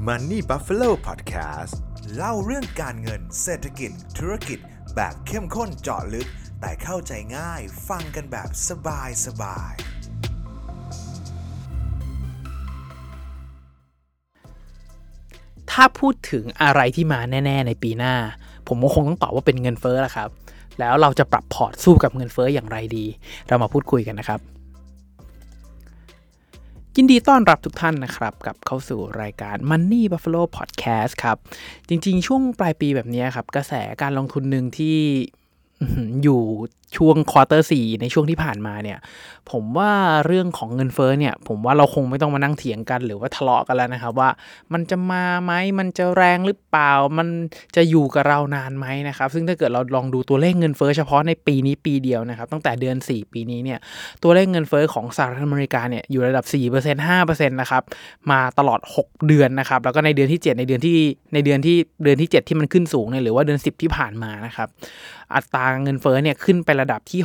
Money Buffalo Podcast เล่าเรื่องการเงินเศรษฐกิจธุรกิจแบบเข้มข้นเจาะลึกแต่เข้าใจง่ายฟังกันแบบสบายถ้าพูดถึงอะไรที่มาแน่ๆในปีหน้าผมก็คงต้องตอบว่าเป็นเงินเฟ้อละครับแล้วเราจะปรับพอร์ตสู้กับเงินเฟ้ออย่างไรดีเรามาพูดคุยกันนะครับยินดีต้อนรับทุกท่านนะครับกลับเข้าสู่รายการ Money Buffalo Podcast ครับจริงๆช่วงปลายปีแบบนี้ครับกระแสการลงทุนหนึ่งที่อยู่ช่วงควอเตอร์4ในช่วงที่ผ่านมาเนี่ยผมว่าเรื่องของเงินเฟ้อเนี่ยผมว่าเราคงไม่ต้องมานั่งเถียงกันหรือว่าทะเลาะกันแล้วนะครับว่ามันจะมาไหมมันจะแรงหรือเปล่ามันจะอยู่กับเรานานไหมนะครับซึ่งถ้าเกิดเราลองดูตัวเลขเงินเฟ้อเฉพาะในปีนี้ปีเดียวนะครับตั้งแต่เดือน4ปีนี้เนี่ยตัวเลขเงินเฟ้อของสหรัฐอเมริกาเนี่ยอยู่ระดับ 4% 5% นะครับมาตลอด6เดือนนะครับแล้วก็ในเดือนที่7ในเดือนที่7ที่มันขึ้นสูงเนี่ยหรือว่าเดือน10ที่ผ่านมานะครับอัตราเงินเฟ้อเนี่ยขึ้นไประดับที่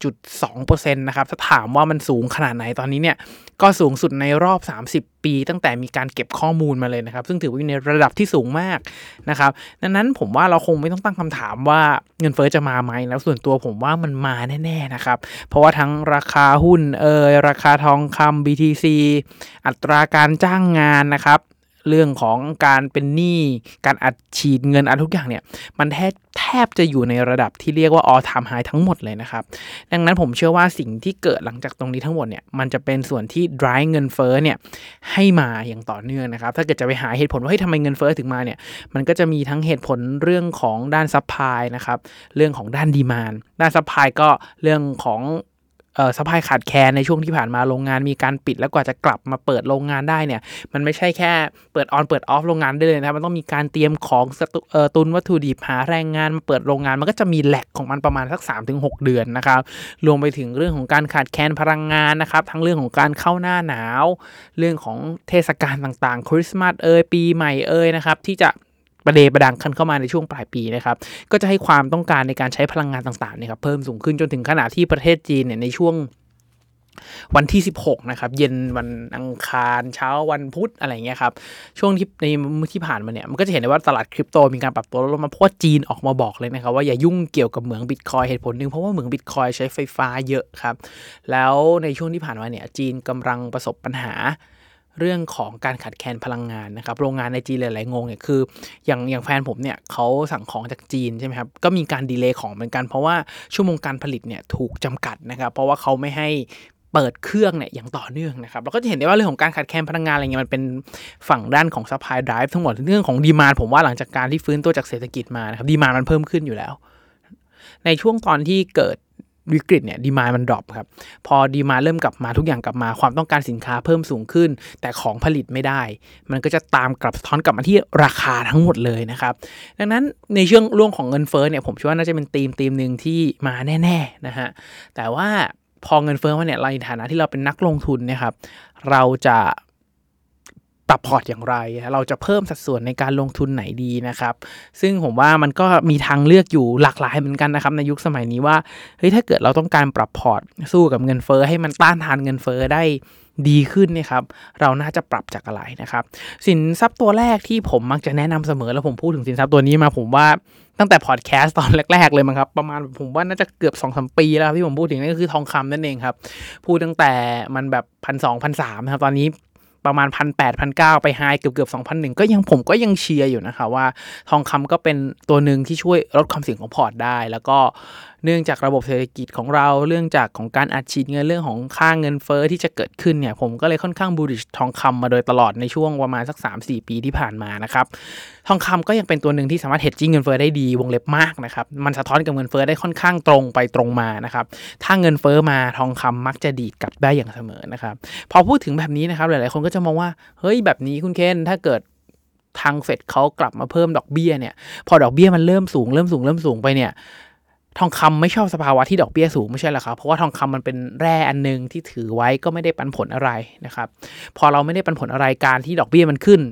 6.2% นะครับถ้าถามว่ามันสูงขนาดไหนตอนนี้เนี่ยก็สูงสุดในรอบ30ปีตั้งแต่มีการเก็บข้อมูลมาเลยนะครับซึ่งถือว่าอยู่ในระดับที่สูงมากนะครับดังนั้นผมว่าเราคงไม่ต้องตั้งคำถามว่าเงินเฟ้อจะมาไหมแล้วส่วนตัวผมว่ามันมาแน่ๆนะครับเพราะว่าทั้งราคาหุ้นราคาทองคำ BTC อัตราการจ้างงานนะครับเรื่องของการเป็นหนี้การอัดฉีดเงินทุกอย่างเนี่ยมันแทบจะอยู่ในระดับที่เรียกว่า all time high ทั้งหมดเลยนะครับดังนั้นผมเชื่อว่าสิ่งที่เกิดหลังจากตรงนี้ทั้งหมดเนี่ยมันจะเป็นส่วนที่ drive เงินเฟ้อเนี่ยให้มาอย่างต่อเนื่องนะครับถ้าเกิดจะไปหาเหตุผลว่าเฮ้ยทำไมเงินเฟ้อถึงมาเนี่ยมันก็จะมีทั้งเหตุผลเรื่องของด้าน supply นะครับเรื่องของด้าน demand ด้าน supply ก็เรื่องของซัพพลายขาดแคลนในช่วงที่ผ่านมาโรงงานมีการปิดแล้วกว่าจะกลับมาเปิดโรงงานได้เนี่ยมันไม่ใช่แค่เปิดออนเปิดออฟโรงงานได้เลยนะครับมันต้องมีการเตรียมของตุนวัตถุดิบหาแรงงานมาเปิดโรงงานมันก็จะมีแลกของมันประมาณสัก 3-6 เดือนนะครับรวมไปถึงเรื่องของการขาดแคลนพลังงานนะครับทั้งเรื่องของการเข้าหน้าหนาวเรื่องของเทศกาลต่างๆคริสต์มาสปีใหม่นะครับที่จะประเดประดังเข้ามาในช่วงปลายปีนะครับก็จะให้ความต้องการในการใช้พลังงานต่างๆเนี่ยครับเพิ่มสูงขึ้นจนถึงขนาดที่ประเทศจีนเนี่ยในช่วงวันที่16นะครับเย็นวันอังคารเช้าวันพุธอะไรเงี้ยครับช่วงที่ผ่านมาเนี่ยมันก็จะเห็นได้ว่าตลาดคริปโตมีการปรับตัวลดลงมาเพราะว่าจีนออกมาบอกเลยนะครับว่าอย่ายุ่งเกี่ยวกับเหมืองบิตคอยเหตุผลนึงเพราะว่าเหมืองบิตคอยใช้ไฟฟ้าเยอะครับแล้วในช่วงที่ผ่านมาเนี่ยจีนกำลังประสบปัญหาเรื่องของการขาดแคลนพลังงานนะครับโรงงานในจีนหลายๆโรงเนี่ยคืออย่างแฟนผมเนี่ยเขาสั่งของจากจีนใช่ไหมครับก็มีการดีเลย์ของเหมือนกันเพราะว่าชั่วโมงการผลิตเนี่ยถูกจำกัดนะครับเพราะว่าเขาไม่ให้เปิดเครื่องเนี่ยอย่างต่อเนื่องนะครับเราก็จะเห็นได้ว่าเรื่องของการขาดแคลนพลังงานอะไรเงี้ยมันเป็นฝั่งด้านของ supply drive ทั้งหมดเรื่องของ demand ผมว่าหลังจากการที่ฟื้นตัวจากเศรษฐกิจมานะครับ demand มันเพิ่มขึ้นอยู่แล้วในช่วงตอนที่เกิดวิกฤตเนี่ยดีมานด์มันดรอปครับพอดีมานด์เริ่มกลับมาทุกอย่างกลับมาความต้องการสินค้าเพิ่มสูงขึ้นแต่ของผลิตไม่ได้มันก็จะตามกลับสะท้อนกลับมาที่ราคาทั้งหมดเลยนะครับดังนั้นในช่วงเรื่องของเงินเฟ้อเนี่ยผมเชื่อว่าน่าจะเป็นธีมนึงที่มาแน่ๆนะฮะแต่ว่าพอเงินเฟ้อมาเนี่ยเราในฐานะที่เราเป็นนักลงทุนเนี่ยครับเราจะปรับพอร์ตอย่างไรเราจะเพิ่มสัดส่วนในการลงทุนไหนดีนะครับซึ่งผมว่ามันก็มีทางเลือกอยู่หลากหลายเหมือนกันนะครับในยุคสมัยนี้ว่าเฮ้ยถ้าเกิดเราต้องการปรับพอร์ตสู้กับเงินเฟ้อให้มันต้านทานเงินเฟ้อได้ดีขึ้นเนี่ยครับเราน่าจะปรับจากอะไรนะครับสินทรัพย์ตัวแรกที่ผมมักจะแนะนำเสมอแล้วผมพูดถึงสินทรัพย์ตัวนี้มาผมว่าตั้งแต่พอดแคสต์ตอนแรกๆเลยมั้งครับประมาณผมว่าน่าจะเกือบ 2-3 ปีแล้วที่ผมพูดถึงนั่นก็คือทองคำนั่นเองครับพูดตั้งแต่มันแบบ 1,200-1,300 นะครับตอนนี้ประมาณ 1,800-1,900 ไปไฮเกือบๆ 2,100 ผมก็ยังเชียร์อยู่นะครับว่าทองคำก็เป็นตัวหนึ่งที่ช่วยลดความเสี่ยงของพอร์ตได้แล้วก็เนื่องจากระบบเศรษฐกิจของเราเรื่องจากของการอัดฉีดเงินเรื่องของค่าเงินเฟ้อที่จะเกิดขึ้นเนี่ยผมก็เลยค่อนข้างบูลลิชทองคำมาโดยตลอดในช่วงประมาณสัก 3-4 ปีที่ผ่านมานะครับทองคำก็ยังเป็นตัวหนึ่งที่สามารถเฮดจิ้งเงินเฟ้อได้ดีวงเล็บมากนะครับมันสะท้อนกับเงินเฟ้อได้ค่อนข้างตรงไปตรงมานะครับถ้าเงินเฟ้อมาทองคำมักจะดีดกลับได้อย่างเสมอนะครับพอพูดถึงแบบนี้นะครับหลายๆคนก็จะมองว่าเฮ้ยแบบนี้คุณเคนถ้าเกิดทางเฟดเขากลับมาเพิ่มดอกเบี้ยเนี่ยพอดอกเบี้ยมันเริ่มสูงไปเนี่ยทองคำไม่ชอบสภาวะที่ดอกเบี้ยสูงไม่ใช่หรอครับเพราะว่าทองคำมันเป็นแร่อันนึงที่ถือไว้ก็ไม่ได้ปันผลอะไรนะครับพอเราไม่ได้ปันผลอะไรการที่ดอกเบี้ยมันขึ้น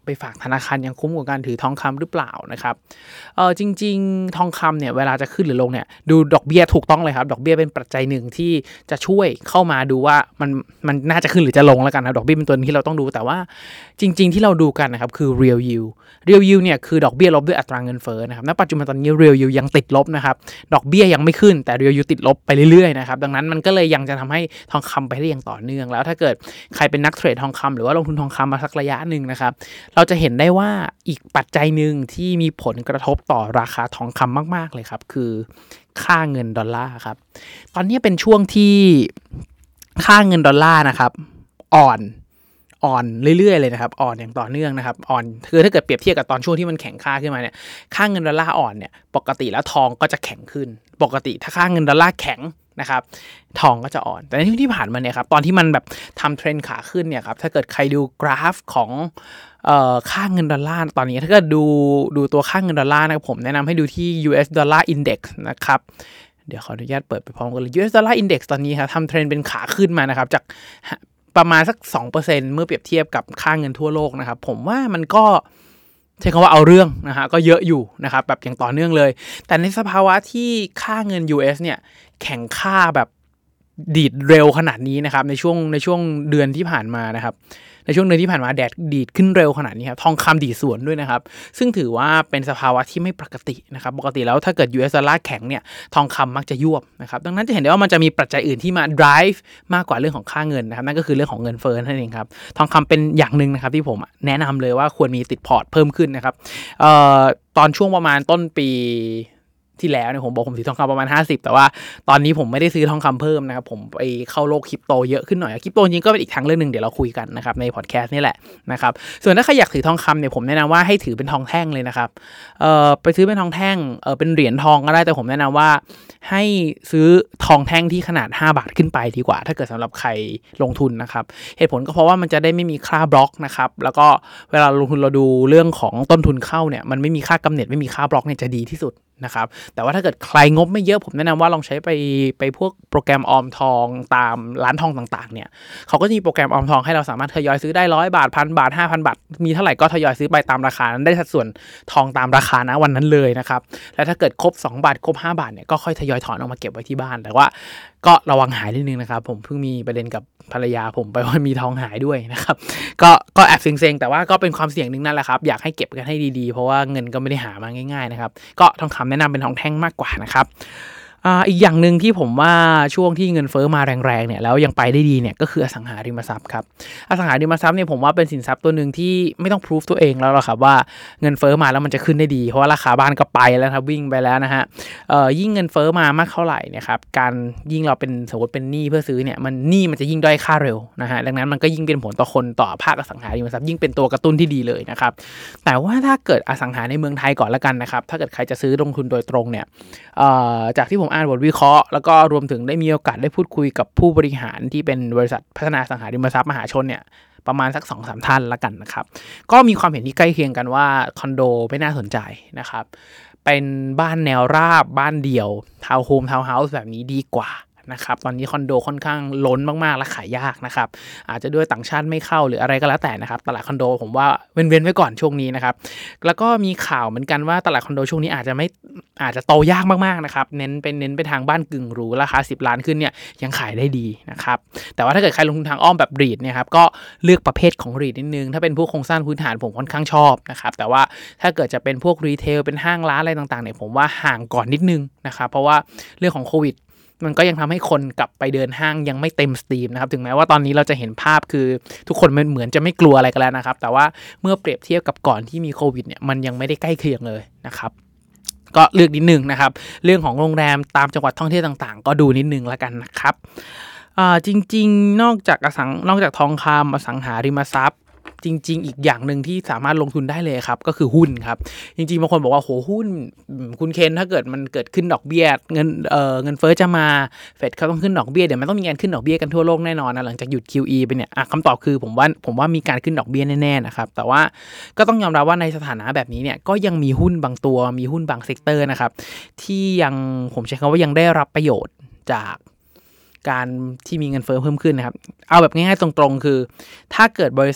ไปฝากธนาคารยังคุ้มกว่าการถือทองคำหรือเปล่านะครับจริงๆทองคำเนี่ยเวลาจะขึ้นหรือลงเนี่ยดูดอกเบี้ยถูกต้องเลยครับดอกเบี้ยเป็นปัจจัยหนึ่งที่จะช่วยเข้ามาดูว่ามันน่าจะขึ้นหรือจะลงแล้วกันนะดอกเบี้ยเป็นตัวที่เราต้องดูแต่ว่าจริงๆที่เราดูกันนะครับคือ real yield เนี่ยคือดอกเบี้ยลบด้วยอัตราเงินเฟ้อนะครับณปัจจุบันตอนนี้ real yield ยังติดลบนะครับดอกเบี้ยยังไม่ขึ้นแต่ real yield ติดลบไปเรื่อยๆนะครับดังนั้นมันก็เลยยังจะทำให้ทองคำไปได้อย่างต่อเนื่องแล้วถ้าเกิดใครเป็นนักเทรดทองคำหรือว่าลงทุนทองคำมาสักระยะนึงนะครับเราจะเห็นได้ว่าอีกปัจจัยนึงที่มีผลกระทบต่อราคาทองคำมากๆเลยครับคือค่าเงินดอลลาร์ครับตอนนี้เป็นช่วงที่ค่าเงินดอลลาร์นะครับอ่อนเรื่อยๆเลยนะครับอ่อนอย่างต่อเนื่องนะครับอ่อนคือถ้าเกิดเปรียบเทียบกับตอนช่วงที่มันแข็งค่าขึ้นมาเนี่ยค่าเงินดอลลาร์อ่อนเนี่ยปกติแล้วทองก็จะแข็งขึ้นปกติถ้าค่าเงินดอลลาร์แข็งนะครับทองก็จะอ่อนแต่ในที่ผ่านมาเนี่ยครับตอนที่มันแบบทำเทรนขาขึ้นเนี่ยครับถ้าเกิดใครดูกราฟของค่าเงินดอลลาร์ตอนนี้ถ้าเกิดดูตัวค่าเงินดอลลาร์นะครับผมแนะนำให้ดูที่ US Dollar Index นะครับเดี๋ยวขออนุญาตเปิดไปพร้อมกันเลย US Dollar Index ตอนนี้ครับทำเทรนเป็นขาขึ้นมานะครับจากประมาณสัก 2% เมื่อเปรียบเทียบกับค่าเงินทั่วโลกนะครับผมว่ามันก็ใช้คำว่าเอาเรื่องนะฮะก็เยอะอยู่นะครับแบบอย่างต่อเนื่องเลยแต่ในสภาวะที่ค่าเงิน US เนี่ยแข็งค่าแบบดีดเร็วขนาดนี้นะครับในช่วงเดือนที่ผ่านมานะครับในช่วงเดือนที่ผ่านมาแดดดีดขึ้นเร็วขนาดนี้ครับทองคำดีดสวนด้วยนะครับซึ่งถือว่าเป็นสภาวะที่ไม่ปกตินะครับปกติแล้วถ้าเกิด US ดอลลาร์แข็งเนี่ยทองคำมักจะยวบนะครับดังนั้นจะเห็นได้ว่ามันจะมีปัจจัยอื่นที่มา drive มากกว่าเรื่องของค่าเงินนะครับนั่นก็คือเรื่องของเงินเฟ้อนั่นเองครับทองคำเป็นอย่างนึงนะครับที่ผมแนะนำเลยว่าควรมีติดพอร์ตเพิ่มขึ้นนะครับตอนช่วงประมาณต้นปีที่แล้วเนี่ยผมบอกผมถือทองคำประมาณ50แต่ว่าตอนนี้ผมไม่ได้ซื้อทองคำเพิ่มนะครับผมไปเข้าโลกคริปโตเยอะขึ้นหน่อยคริปโตจริงก็เป็นอีกทางเรื่องนึงเดี๋ยวเราคุยกันนะครับในพอดแคสต์นี่แหละนะครับส่วนถ้าใครอยากถือทองคำเนี่ยผมแนะนำว่าให้ถือเป็นทองแท่งเลยนะครับไปซื้อเป็นทองแท่งเป็นเหรียญทองก็ได้แต่ผมแนะนำว่าให้ซื้อทองแท่งที่ขนาด5 บาทขึ้นไปดีกว่าถ้าเกิดสำหรับใครลงทุนนะครับเหตุผลก็เพราะว่ามันจะได้ไม่มีค่าบล็อกนะครับแล้วก็เวลาลงทุนเราดูเรื่องของต้นทุนเข้าเนี่ยมันไม่มีค่ากำเนิดไม่มีค่าบล็อกเนี่ยจะดีที่สุดนะครับแต่ว่าถ้าเกิดใครงบไม่เยอะผมแนะนำว่าลองใช้ไปพวกโปรแกรมออมทองตามร้านทองต่างๆเนี่ยเขาก็จะมีโปรแกรมออมทองให้เราสามารถทยอยซื้อได้100 บาท 1,000 บาท 5,000 บาทมีเท่าไหร่ก็ทยอยซื้อไปตามราคานั้นได้สัดส่วนทองตามราคานะวันนั้นเลยนะครับแล้วถ้าเกิดครบ2 บาทครบ5 บาทเนี่ยก็ค่อยทยอยถอนออกมาเก็บไว้ที่บ้านแต่ว่าก็ระวังหายนิดนึงนะครับผมเพิ่งมีประเด็นกับภรรยาผมไปว่ามีทองหายด้วยนะครับก็แอบเซ็งๆแต่ว่าก็เป็นความเสี่ยงนึงนั่นแหละครับอยากให้เก็บกันให้ดีๆเพราะว่าเงินก็ไม่ได้หามาง่ายๆนะครับก็ทองคำแนะนำเป็นทองแท่งมากกว่านะครับอีกอย่างนึงที่ผมว่าช่วงที่เงินเฟ้อมาแรงๆเนี่ยแล้วยังไปได้ดีเนี่ยก็คืออสังหาริมทรัพย์ครับอสังหาริมทรัพย์เนี่ยผมว่าเป็นสินทรัพย์ตัวนึงที่ไม่ต้องพิสูจตัวเองแล้วหรอกครับว่าเงินเฟ้อมาแล้วมันจะขึ้นได้ดีเพราะว่าราคาบ้านก็ไปแล้วครับวิ่งไปแล้วนะฮะยิ่งเงินเฟ้อมามากเท่าไหร่เนี่ยครับการยิ่งเราเป็นสมมติเป็นหนี้เพื่อซื้อเนี่ยมันจะยิ่งด้อยค่าเร็วนะฮะดังนั้นมันก็ยิ่งเป็นผลต่อคนต่อภาคอสังหาริมทรัพย์ยิ่งเป็นตัวกระตุ้นที่ดีเลยนะครับแต่ว่าถ้าเกิดอสังหาในเมืองไทยก่อนละกันนะครับถ้าเกิดใครจะซื้อลงทุนโดยตรงเนี่ยจากที่ผมอ่านบทวิเคราะห์แล้วก็รวมถึงได้มีโอกาสได้พูดคุยกับผู้บริหารที่เป็นบริษัทพัฒนาอสังหาริมทรัพย์มหาชนเนี่ยประมาณสัก 2-3 ท่านละกันนะครับก็มีความเห็นที่ใกล้เคียงกันว่าคอนโดไม่น่าสนใจนะครับเป็นบ้านแนวราบบ้านเดี่ยวทาวน์โฮมทาวน์เฮาส์แบบนี้ดีกว่านะครับตอนนี้คอนโดค่อนข้างล้นมากๆและขายยากนะครับอาจจะด้วยต่างชาติไม่เข้าหรืออะไรก็แล้วแต่นะครับตลาดคอนโดผมว่าเว้นไว้ก่อนช่วงนี้นะครับแล้วก็มีข่าวเหมือนกันว่าตลาดคอนโดช่วงนี้อาจจะโตยากมากๆนะครับเน้นไปทางบ้านกึ่งหรูราคา10 ล้านขึ้นเนี่ยยังขายได้ดีนะครับแต่ว่าถ้าเกิดใครลงทุนทางอ้อมแบบREITเนี่ยครับก็เลือกประเภทของREITนิดนึงถ้าเป็นพวกโครงสร้างพื้นฐานผมค่อนข้างชอบนะครับแต่ว่าถ้าเกิดจะเป็นพวกรีเทลเป็นห้างร้านอะไรต่างๆเนี่ยผมว่าห่างก่อนนิดนึงนะครับเพราะว่าเรื่องของโควิดมันก็ยังทำให้คนกลับไปเดินห้างยังไม่เต็มสตรีมนะครับถึงแม้ว่าตอนนี้เราจะเห็นภาพคือทุกคนเหมือนจะไม่กลัวอะไรกันแล้วนะครับแต่ว่าเมื่อเปรียบเทียบกับก่อนที่มีโควิดเนี่ยมันยังไม่ได้ใกล้เคียงเลยนะครับก็เลือกนิดนึงนะครับเรื่องของโรงแรมตามจังหวัดท่องเที่ยวต่างๆก็ดูนิดนึงแล้วกันนะครับจริงๆนอกจากทองคำอสังหาริมทรัพย์จริงๆอีกอย่างนึงที่สามารถลงทุนได้เลยครับก็คือหุ้นครับจริงๆบางคนบอกว่าโหหุ้นคุณเคนถ้าเกิดมันเกิดขึ้นดอกเบี้ยเงินเฟ้อจะมาเฟดเขาต้องขึ้นดอกเบี้ยเดี๋ยวมันต้องมีการขึ้นดอกเบี้ยกันทั่วโลกแน่นอนนะหลังจากหยุด QE ไปเนี่ยคำตอบคือผมว่ามีการขึ้นดอกเบี้ยแน่ๆนะครับแต่ว่าก็ต้องยอมรับว่าในสถานะแบบนี้เนี่ยก็ยังมีหุ้นบางตัวมีหุ้นบางเซกเตอร์นะครับที่ยังผมใช้คำว่ายังได้รับประโยชน์จากการที่มีเงินเฟ้อเพิ่มขึ้นนะครับเอาแบบง่ายๆตรงๆคือถ้าเกิดบริษัท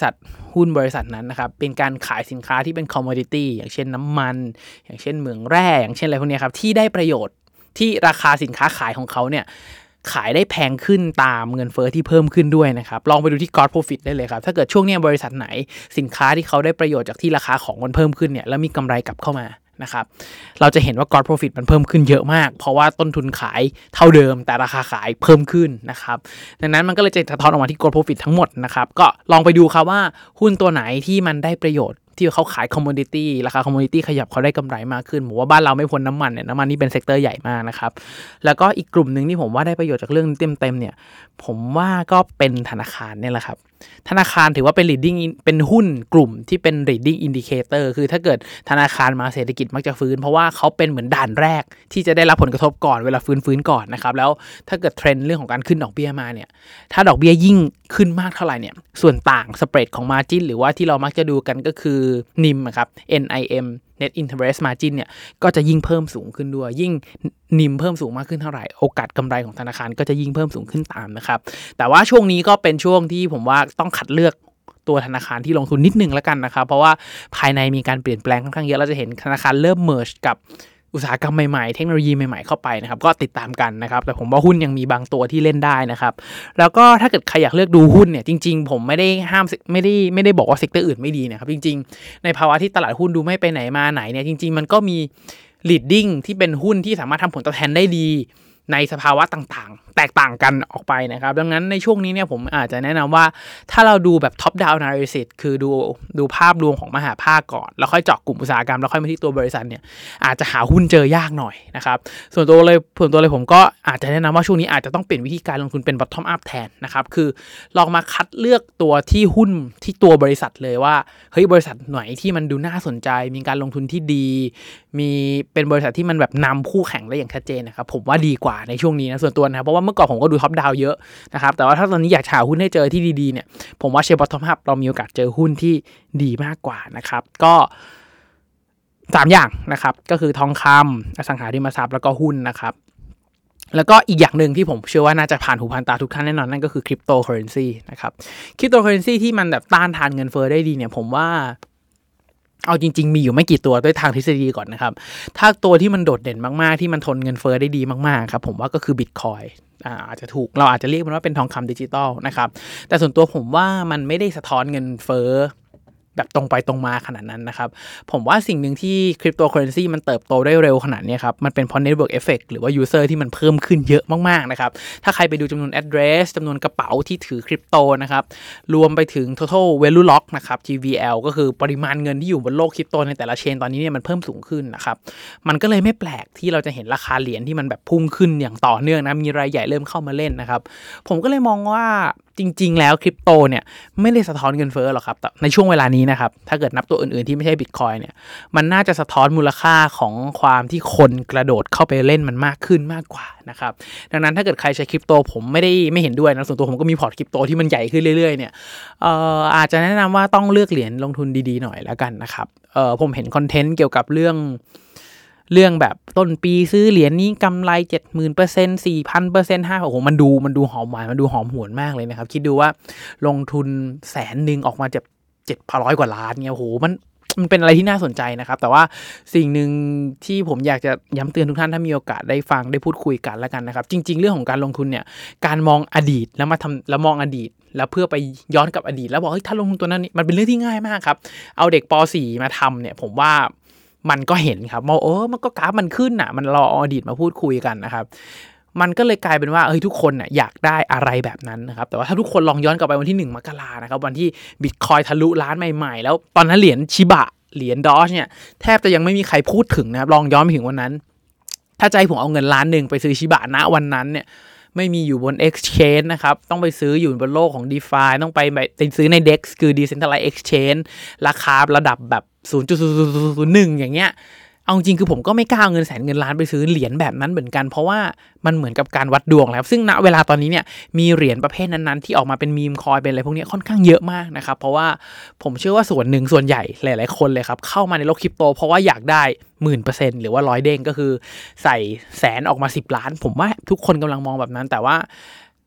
หุ้นบริษัทนั้นนะครับเป็นการขายสินค้าที่เป็น commodity อย่างเช่นน้ำมันอย่างเช่นเหมืองแร่อย่างเช่นอะไรพวกนี้ครับที่ได้ประโยชน์ที่ราคาสินค้าขายของเขาเนี่ยขายได้แพงขึ้นตามเงินเฟ้อที่เพิ่มขึ้นด้วยนะครับลองไปดูที่ gross profit ได้เลยครับถ้าเกิดช่วงนี้บริษัทไหนสินค้าที่เขาได้ประโยชน์จากที่ราคาของมันเพิ่มขึ้นเนี่ยแล้วมีกำไรกลับเข้ามานะครับเราจะเห็นว่า gross profit มันเพิ่มขึ้นเยอะมากเพราะว่าต้นทุนขายเท่าเดิมแต่ราคาขายเพิ่มขึ้นนะครับดังนั้นมันก็เลยจะสะท้อนออกมาที่ gross profit ทั้งหมดนะครับก็ลองไปดูครับว่าหุ้นตัวไหนที่มันได้ประโยชน์ที่เขาขาย commodity ราคา commodity ขยับเขาได้กำไรมากขึ้นผมว่าบ้านเราไม่พ้นน้ำมันเนี่ยน้ำมันนี่เป็นเซกเตอร์ใหญ่มากนะครับแล้วก็อีกกลุ่มนึงที่ผมว่าได้ประโยชน์จากเรื่องเต็มๆเนี่ยผมว่าก็เป็นธนาคารเนี่ยแหละครับธนาคารถือว่าเป็น leading เป็นหุ้นกลุ่มที่เป็น leading indicator คือถ้าเกิดธนาคารมาเศรษฐกิจมักจะฟื้นเพราะว่าเขาเป็นเหมือนด่านแรกที่จะได้รับผลกระทบก่อนเวลาฟื้นก่อนนะครับแล้วถ้าเกิดเทรนด์เรื่องของการขึ้นดอกเบี้ยมาเนี่ยถ้าดอกเบี้ยยิ่งขึ้นมากเท่าไหร่เนี่ยส่วนต่างสเปรดของ margin หรือว่าที่เรามักจะดูกันก็คือ NIM ครับ NIM Net Interest Margin เนี่ยก็จะยิ่งเพิ่มสูงขึ้นด้วยยิ่งนิมเพิ่มสูงมากขึ้นเท่าไหร่โอกาสกำไรของธนาคารก็จะยิ่งเพิ่มสูงขึ้นตามนะครับแต่ว่าช่วงนี้ก็เป็นช่วงที่ผมว่าต้องคัดเลือกตัวธนาคารที่ลงทุนนิดนึงแล้วกันนะครับเพราะว่าภายในมีการเปลี่ยนแปลงค่อนข้างเยอะเราจะเห็นธนาคารเริ่มเมิร์จกับอุตสาหกรรมใหม่ๆเทคโนโลยีใหม่ๆเข้าไปนะครับก็ติดตามกันนะครับแต่ผมว่าหุ้นยังมีบางตัวที่เล่นได้นะครับแล้วก็ถ้าเกิดใครอยากเลือกดูหุ้นเนี่ยจริงๆผมไม่ได้ห้ามไม่ได้บอกว่าเซกเตอร์อื่นไม่ดีนะครับจริงๆในภาวะที่ตลาดหุ้นดูไม่ไปไหนมาไหนเนี่ยจริงๆมันก็มี leading ที่เป็นหุ้นที่สามารถทำผลตอบแทนได้ดีในสภาวะต่างๆแตกต่างกันออกไปนะครับดังนั้นในช่วงนี้เนี่ยผมอาจจะแนะนำว่าถ้าเราดูแบบ top down analysis คือดูภาพรวมของมหาภาคก่อนแล้วค่อยเจาะกลุ่มอุตสาหกรรมแล้วค่อยมาที่ตัวบริษัทเนี่ยอาจจะหาหุ้นเจอยากหน่อยนะครับส่วนตัวเลยผมก็อาจจะแนะนำว่าช่วงนี้อาจจะต้องเปลี่ยนวิธีการลงทุนเป็น bottom up แทนนะครับคือลองมาคัดเลือกตัวที่หุ้นที่ตัวบริษัทเลยว่าเฮ้ยบริษัทไหนที่มันดูน่าสนใจมีการลงทุนที่ดีมีเป็นบริษัทที่มันแบบนำคู่แข่งได้อย่างชัดเจนนะครับผมว่าดีกว่าในช่วงนี้นะส่วนตัวนะครับเพราะว่าเมื่อก่อนผมก็ดูท็อปดาวเยอะนะครับแต่ว่าถ้าตอนนี้อยากหาหุ้นให้เจอที่ดีๆเนี่ยผมว่าเชฟบอททอมอัพเรามีโอกาสเจอหุ้นที่ดีมากกว่านะครับก็3อย่างนะครับก็คือทองคำอสังหาริมทรัพย์แล้วก็หุ้นนะครับแล้วก็อีกอย่างหนึ่งที่ผมเชื่อว่าน่าจะผ่านหูผ่านตาทุกท่านแน่นอนนั่นก็คือคริปโตเคอเรนซีนะครับคริปโตเคอเรนซีที่มันแบบต้านทานเงินเฟ้อได้ดีเนี่ยผมว่าเอาจริงๆมีอยู่ไม่กี่ตัวด้วยทางทฤษฎีก่อนนะครับถ้าตัวที่มันโดดเด่นมากๆที่มันทนเงินเฟ้อได้ดีมากๆครับผมว่าก็คือ Bitcoin อาจจะถูกเราอาจจะเรียกมันว่าเป็นทองคำดิจิตอลนะครับแต่ส่วนตัวผมว่ามันไม่ได้สะท้อนเงินเฟ้อแบบตรงไปตรงมาขนาดนั้นนะครับผมว่าสิ่งหนึ่งที่คริปโตเคอเรนซีมันเติบโตได้เร็วขนาดนี้ครับมันเป็นเพราะ Network Effect หรือว่า User ที่มันเพิ่มขึ้นเยอะมากๆนะครับถ้าใครไปดูจำนวน Address จำนวนกระเป๋าที่ถือคริปโตนะครับรวมไปถึง Total Value Lock นะครับ TVL ก็คือปริมาณเงินที่อยู่บนโลกคริปโตในแต่ละเชนตอนนี้เนี่ยมันเพิ่มสูงขึ้นนะครับมันก็เลยไม่แปลกที่เราจะเห็นราคาเหรียญที่มันแบบพุ่งขึ้นอย่างต่อเนื่องนะมีรายใหญ่เริ่มเข้ามาเล่นนะครับผมก็เลยมองว่าจริงๆแล้วคริปโตเนี่ยไม่ได้สะท้อนเงินเฟ้อหรอกครับแต่ในช่วงเวลานี้นะครับถ้าเกิดนับตัวอื่นๆที่ไม่ใช่ Bitcoin เนี่ยมันน่าจะสะท้อนมูลค่าของความที่คนกระโดดเข้าไปเล่นมันมากขึ้นมากกว่านะครับดังนั้นถ้าเกิดใครใช้คริปโตผมไม่เห็นด้วยนะส่วนตัวผมก็มีพอร์ตคริปโตที่มันใหญ่ขึ้นเรื่อยๆเนี่ยอาจจะแนะนำว่าต้องเลือกเหรียญลงทุนดีๆหน่อยแล้วกันนะครับผมเห็นคอนเทนต์เกี่ยวกับเรื่องแบบต้นปีซื้อเหรียญนี้กำไร 70,000% 4,000% 5โอ้โหมันดูหอมหวานมันดูหอมหวนมากเลยนะครับคิดดูว่าลงทุน100,000ออกมาจะ700กว่าล้านเนี่ยโอ้โหมันเป็นอะไรที่น่าสนใจนะครับแต่ว่าสิ่งหนึ่งที่ผมอยากจะย้ำเตือนทุกท่านถ้ามีโอกาสได้ฟังได้พูดคุยกันแล้วกันนะครับจริงๆเรื่องของการลงทุนเนี่ยการมองอดีตแล้วมองอดีตแล้วเพื่อไปย้อนกับอดีตแล้วบอกเฮ้ยถ้าลงทุนตัวนั้นมันเป็นเรื่องที่ง่ายมากครับเอาเด็กป .4 มาทำเนี่ยผมว่ามันก็เห็นครับว่ามันก็กราฟมันขึ้นน่ะมันรออดีตมาพูดคุยกันนะครับมันก็เลยกลายเป็นว่าทุกคนน่ะอยากได้อะไรแบบนั้นนะครับแต่ว่าถ้าทุกคนลองย้อนกลับไปวันที่1 มกรานะครับวันที่ Bitcoin ทะลุล้านใหม่ๆแล้วตอนนั้นเหรียญชิบะเหรียญดอชเนี่ยแทบจะยังไม่มีใครพูดถึงนะครับลองย้อนไปถึงวันนั้นถ้าใจผมเอาเงิน1 ล้านไปซื้อชิบะณวันนั้นเนี่ยไม่มีอยู่บน Exchange นะครับต้องไปซื้ออยู่บนโลกของ DeFi ต้องไปซื้อใน DEX คือ Decentralized Exchange ราคาระดับแบบ 0.0001 อย่างเงี้ยเอาจริงคือผมก็ไม่กล้าเงินแสนเงินล้านไปซื้อเหรียญแบบนั้นเหมือนกันเพราะว่ามันเหมือนกับการวัดดวงแล้วซึ่งณเวลาตอนนี้เนี่ยมีเหรียญประเภทนั้นๆที่ออกมาเป็นมีมคอยเป็นอะไรพวกนี้ค่อนข้างเยอะมากนะครับเพราะว่าผมเชื่อว่าส่วนใหญ่หลายๆคนเลยครับเข้ามาในโลกคริปโตเพราะว่าอยากได้ 10,000% หรือว่า100เด้งก็คือใส่แสนออกมา10 ล้านผมว่าทุกคนกำลังมองแบบนั้นแต่ว่า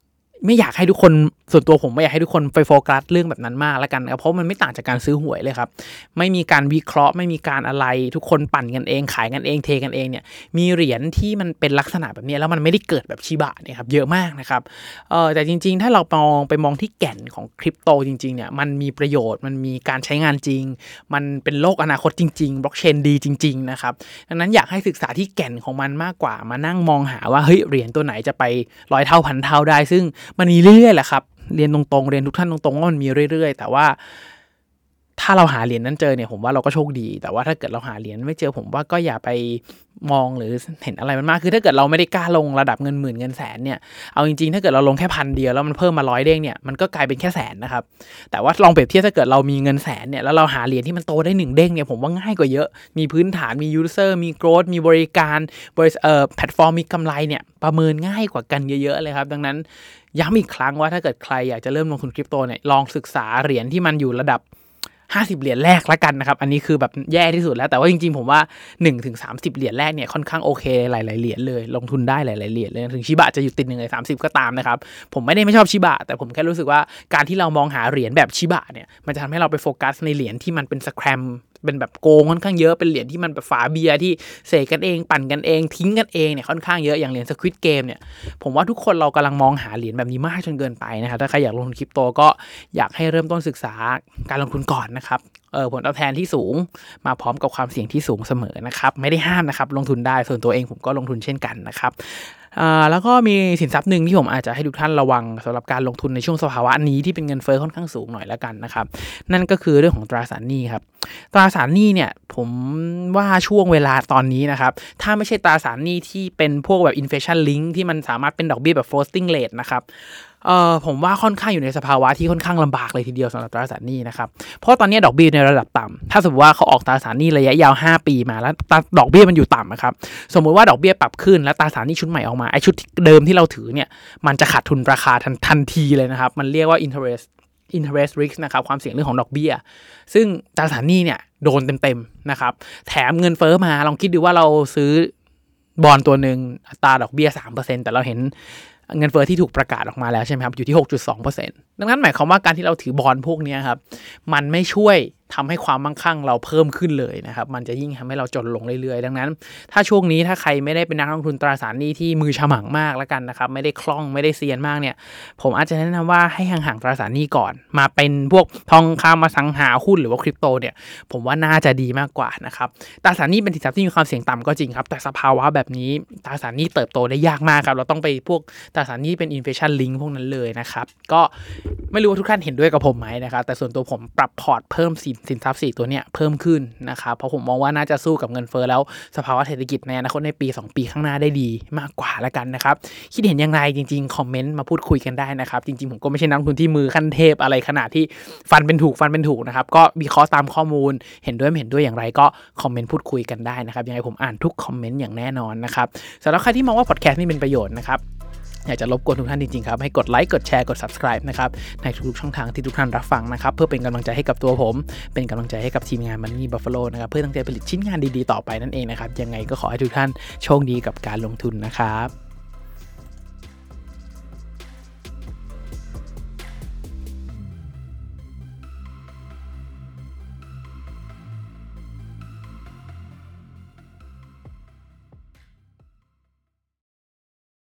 ไม่อยากให้ทุกคนส่วนตัวผมไม่อยากให้ทุกคนไปโฟกัสเรื่องแบบนั้นมากแล้วกันครับเพราะมันไม่ต่างจากการซื้อหวยเลยครับไม่มีการวิเคราะห์ไม่มีการอะไรทุกคนปั่นกันเองขายกันเองเทกันเองเนี่ยมีเหรียญที่มันเป็นลักษณะแบบนี้แล้วมันไม่ได้เกิดแบบชิบะเนี่ยครับเยอะมากนะครับแต่จริงๆถ้าเรามองที่แก่นของคริปโตจริงๆเนี่ยมันมีประโยชน์มันมีการใช้งานจริงมันเป็นโลกอนาคตจริงๆบล็อกเชนดีจริงๆนะครับดังนั้นอยากให้ศึกษาที่แก่นของมันมากกว่ามานั่งมองหาว่าเฮ้ยเหรียญตัวไหนจะไป100 เท่าพันเท่าได้ซึ่งมันมีเรื่อยๆแหละครับเรียนตรงๆเรียนทุกท่านตรงๆว่ามันมีเรื่อยๆแต่ว่าถ้าเราหาเหรียญนั้นเจอเนี่ยผมว่าเราก็โชคดีแต่ว่าถ้าเกิดเราหาเหรียญไม่เจอผมว่าก็อย่าไปมองหรือเห็นอะไรมันมากคือถ้าเกิดเราไม่ได้กล้าลงระดับเงินหมื่นเงินแสนเนี่ยเอาจริงๆถ้าเกิดเราลงแค่1,000 เดียวแล้วมันเพิ่มมา100 เด้งเนี่ยมันก็กลายเป็นแค่แสนนะครับแต่ว่าลองเปรียบเทียบถ้าเกิดเรามีเงินแสนเนี่ยแล้วเราหาเหรียญที่มันโตได้1 เด้งเนี่ยผมว่าง่ายกว่าเยอะมีพื้นฐานมียูเซอร์มีโกรธมีบริการแพลตฟอร์มมีกำไรเนี่ยประเมินง่ายกว่ากันเยอะๆเลยครับดังนั้นย้ำอีกครั้งว่าถ้าเกิดใครอยากจะเริ่มลงทุนคริปโตเนี่ยลองศึกษาเหรียญที่มันอยู่ระดับ50 เหรียญแรกละกันนะครับอันนี้คือแบบแย่ที่สุดแล้วแต่ว่าจริงๆผมว่า 1-30 เหรียญแรกเนี่ยค่อนข้างโอเคหลายๆเหรียญเลยลงทุนได้หลายๆเหรียญเลยถึงชิบะจะอยู่ติด1ใน30ก็ตามนะครับผมไม่ชอบชิบะแต่ผมแค่รู้สึกว่าการที่เรามองหาเหรียญแบบชิบะเนี่ยมันจะทำให้เราไปโฟกัสในเหรียญที่มันเป็นสแครมเป็นแบบโกงค่อนข้างเยอะเป็นเหรียญที่มันแบบฝาเบียร์ที่เสกกันเองปั่นกันเองทิ้งกันเองเนี่ยค่อนข้างเยอะอย่างเหรียญ Squid Game เนี่ยผมว่าทุกคนเรากำลังมองหาเหรียญแบบนี้มากจนเกินไปนะครับถ้าใครอยากลงทุนคริปโตก็อยากให้เริ่มต้นศึกษาการลงทุนก่อนนะครับผลตอบแทนที่สูงมาพร้อมกับความเสี่ยงที่สูงเสมอนะครับไม่ได้ห้ามนะครับลงทุนได้ส่วนตัวเองผมก็ลงทุนเช่นกันนะครับแล้วก็มีสินทรัพย์หนึ่งที่ผมอาจจะให้ทุกท่านระวังสำหรับการลงทุนในช่วงสภาวะนี้ที่เป็นเงินเฟ้อค่อนข้างสูงหน่อยแล้วกันนะครับนั่นก็คือเรื่องของตราสารหนี้ครับตราสารหนี้เนี่ยผมว่าช่วงเวลาตอนนี้นะครับถ้าไม่ใช่ตราสารหนี้ที่เป็นพวกแบบ inflation link ที่มันสามารถเป็นดอกเบี้ยแบบ floating rate นะครับผมว่าค่อนข้างอยู่ในสภาวะที่ค่อนข้างลำบากเลยทีเดียวสำหรับตราสารหนี้นะครับเพราะตอนนี้ดอกเบี้ยในระดับต่ำถ้าสมมติว่าเขาออกตราสารหนี้ระยะยาว5 ปีมาแล้วดอกเบี้ยมันอยู่ต่ำครับสมมติว่าดอกเบี้ยปรับขึ้นแล้วตราสารหนี้ชุดใหม่ออกมาไอ้ชุดเดิมที่เราถือเนี่ยมันจะขาดทุนราคาทันทีเลยนะครับมันเรียกว่า interest risk นะครับความเสี่ยงเรื่องของดอกเบี้ยซึ่งตราสารหนี้เนี่ยโดนเต็มๆนะครับแถมเงินเฟ้อมาลองคิดดูว่าเราซื้อบอนด์ตัวนึงอัตราดอกเบี้ย 3% แต่เราเห็นเงินเฟ้อที่ถูกประกาศออกมาแล้วใช่ไหมครับอยู่ที่ 6.2% ดังนั้นหมายความว่าการที่เราถือบอนด์พวกนี้ครับมันไม่ช่วยทำให้ความมั่งคั่งเราเพิ่มขึ้นเลยนะครับมันจะยิ่งทำให้เราจนลงเรื่อยๆดังนั้นถ้าช่วงนี้ถ้าใครไม่ได้เป็นนักลงทุนตราสารหนี้ที่มือฉมังมากแล้วกันนะครับไม่ได้คล่องไม่ได้เซียนมากเนี่ยผมอาจจะแนะนำว่าให้ห่างๆตราสารหนี้ก่อนมาเป็นพวกทองคำอสังหาหุ้นหรือว่าคริปโตเนี่ยผมว่าน่าจะดีมากกว่านะครับตราสารหนี้เป็นสินทรัพย์ที่มีความเสี่ยงต่ำก็จริงครับแต่สภาวะแบบนี้ตราสารหนี้เติบโตได้ยากมากครับเราต้องไปพวกตราสารหนี้เป็น inflation link พวกนั้นเลยนะครับก็ไม่รู้ว่าทุกท่านเห็นด้วยกับผมไหมนะครับแต่ส่วนตัวผมปรับพอร์ตเพิ่มสินทรัพย์4ตัวเนี่ยเพิ่มขึ้นนะครับเพราะผมมองว่าน่าจะสู้กับเงินเฟ้อแล้วสภาวะเศรษฐกิจในอนาคตในปี2 ปีข้างหน้าได้ดีมากกว่าแล้วกันนะครับคิดเห็นอย่างไรจริงๆคอมเมนต์มาพูดคุยกันได้นะครับจริงๆผมก็ไม่ใช่นักลงทุนที่มือขั้นเทพอะไรขนาดที่ฟันเป็นถูกนะครับก็วิเคราะห์ตามข้อมูลเห็นด้วยไม่เห็นด้วยอย่างไรก็คอมเมนต์พูดคุยกันได้นะครับยังไงผมอ่านทุกคอมเมนต์อย่างแน่นอนนะครับสำหรับใครที่มองว่าพอดแคสต์นี่เป็นประโยชน์นะครับอยากจะรบกวนทุกท่านจริงๆครับให้กดไลค์กดแชร์กด subscribe นะครับในทุกๆช่องทางที่ทุกท่านรับฟังนะครับเพื่อเป็นกำลังใจให้กับตัวผมเป็นกำลังใจให้กับทีมงาน Money Buffalo นะครับเพื่อตั้งใจผลิตชิ้นงานดีๆต่อไปนั่นเองนะครับยังไงก็ขอให้ทุกท่านโชคดีกับการลงทุนนะครับ